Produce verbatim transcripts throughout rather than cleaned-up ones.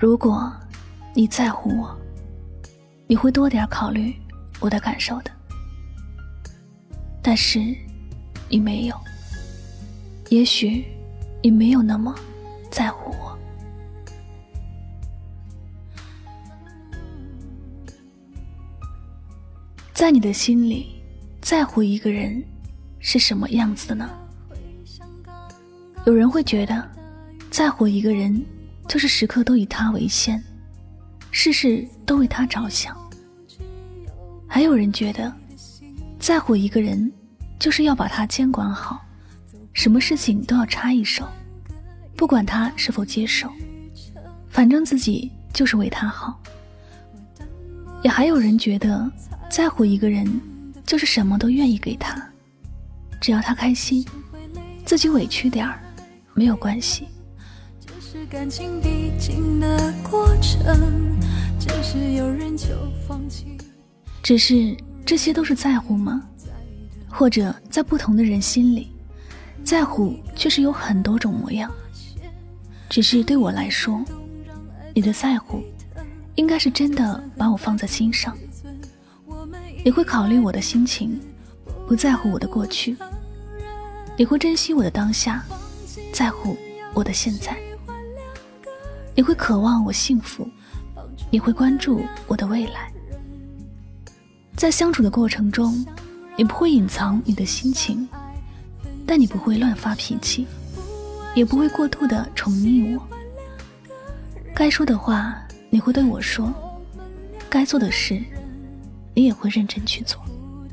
如果你在乎我，你会多点考虑我的感受的。但是你没有，也许你没有那么在乎我。在你的心里，在乎一个人是什么样子的呢？有人会觉得，在乎一个人就是时刻都以他为先，事事都为他着想。还有人觉得，在乎一个人就是要把他监管好，什么事情都要插一手，不管他是否接受，反正自己就是为他好。也还有人觉得，在乎一个人就是什么都愿意给他，只要他开心，自己委屈点儿没有关系。 这是感情必经的过程，只是有人就放弃。 只是这些都是在乎吗？或者在不同的人心里，在乎却是有很多种模样。只是对我来说，你的在乎应该是真的把我放在心上。你会考虑我的心情，不在乎我的过去。你会珍惜我的当下，在乎我的现在。你会渴望我幸福，你会关注我的未来。在相处的过程中，你不会隐藏你的心情，但你不会乱发脾气，也不会过度的宠溺我。该说的话你会对我说，该做的事你也会认真去做。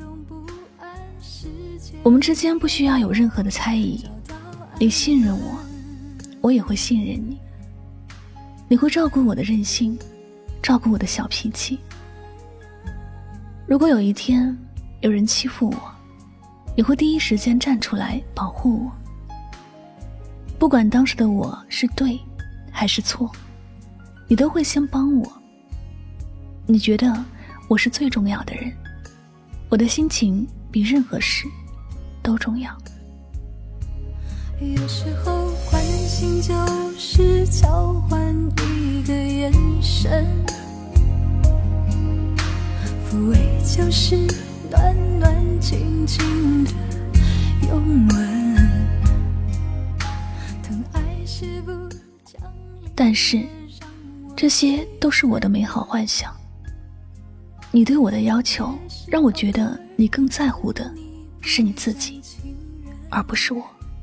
我们之间不需要有任何的猜疑，你信任我，我也会信任你。你会照顾我的任性，照顾我的小脾气。如果有一天有人欺负我，你会第一时间站出来保护我。不管当时的我是对还是错，你都会先帮我。你觉得我是最重要的人，我的心情比任何事都重要。 有时候关心就是交换一个眼神，抚慰就是暖暖轻轻的拥吻，疼爱是不讲理。 但是这些都是我的美好幻想。你对我的要求让我觉得你更在乎的是你自己，而不是我。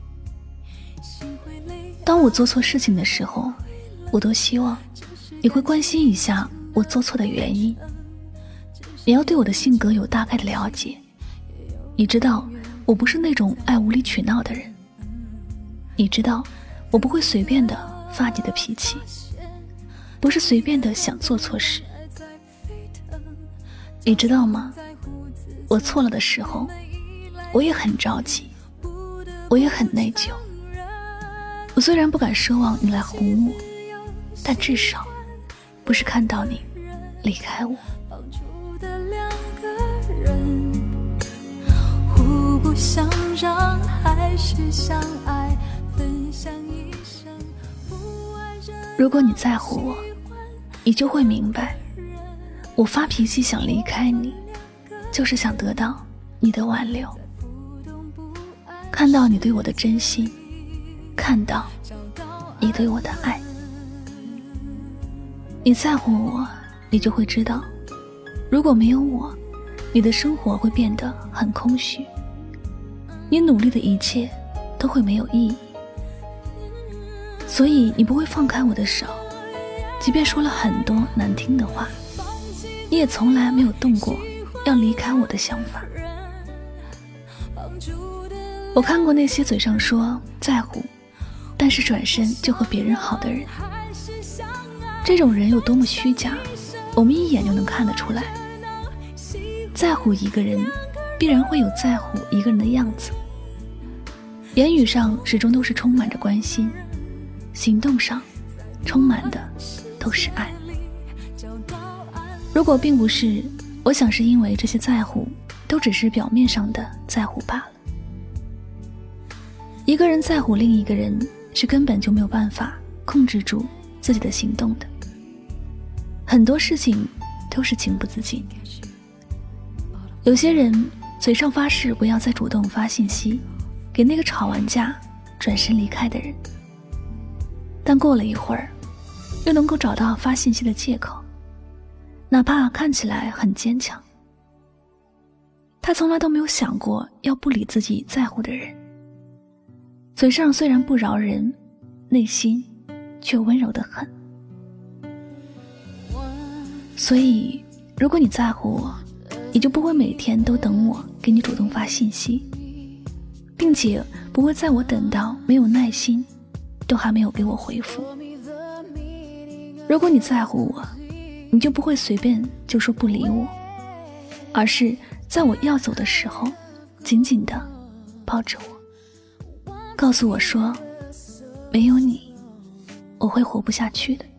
当我做错事情的时候，我都希望你会关心一下我做错的原因。你要对我的性格有大概的了解，你知道我不是那种爱无理取闹的人，你知道我不会随便的发你的脾气，不是随便的想做错事。你知道吗？我错了的时候，我也很着急，我也很内疚。我虽然不敢奢望你来哄我，但至少不是看到你离开我。 互不相让还是相爱，分享一生。 如果你在乎我，你就会明白，我发脾气想离开你，就是想得到你的挽留，看到你对我的真心，看到你对我的爱。你在乎我，你就会知道，如果没有我，你的生活会变得很空虚，你努力的一切都会没有意义。所以你不会放开我的手，即便说了很多难听的话，你也从来没有动过要离开我的想法。我看过那些嘴上说在乎，但是转身就和别人好的人，这种人有多么虚假，我们一眼就能看得出来。在乎一个人，必然会有在乎一个人的样子，言语上始终都是充满着关心，行动上充满的都是爱。如果并不是，我想是因为这些在乎都只是表面上的在乎罢了。一个人在乎另一个人，是根本就没有办法控制住自己的行动的。 很多事情都是情不自禁。有些人嘴上发誓不要再主动发信息给那个吵完架转身离开的人，但过了一会儿又能够找到发信息的借口，哪怕看起来很坚强。他从来都没有想过要不理自己在乎的人，嘴上虽然不饶人，内心却温柔得很。所以如果你在乎我，你就不会每天都等我给你主动发信息，并且不会在我等到没有耐心都还没有给我回复。如果你在乎我，你就不会随便就说不理我，而是在我要走的时候紧紧地抱着我，告诉我说没有你我会活不下去的。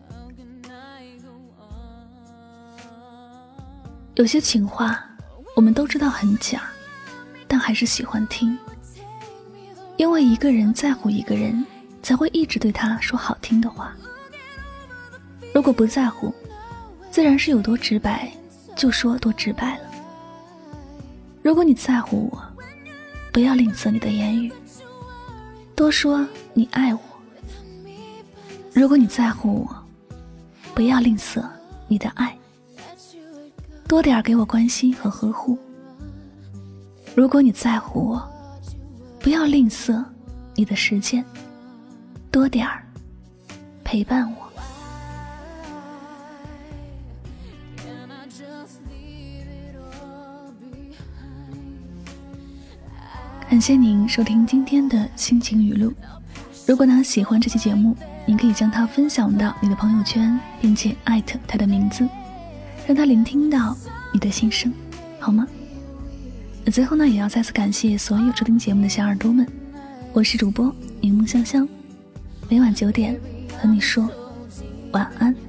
有些情话我们都知道很假，但还是喜欢听，因为一个人在乎一个人才会一直对他说好听的话。如果不在乎，自然是有多直白就说多直白了。如果你在乎我，不要吝啬你的言语，多说你爱我。如果你在乎我，不要吝啬你的爱，多点给我关心和呵护。如果你在乎我，不要吝啬你的时间，多点陪伴我。感谢您收听今天的心情语录。如果呢喜欢这期节目，您可以将它分享到你的朋友圈，并且艾特他的名字，让他聆听到你的心声，好吗？那最后呢，也要再次感谢所有收听节目的小耳朵们，我是主播柠檬香香，每晚九点和你说晚安。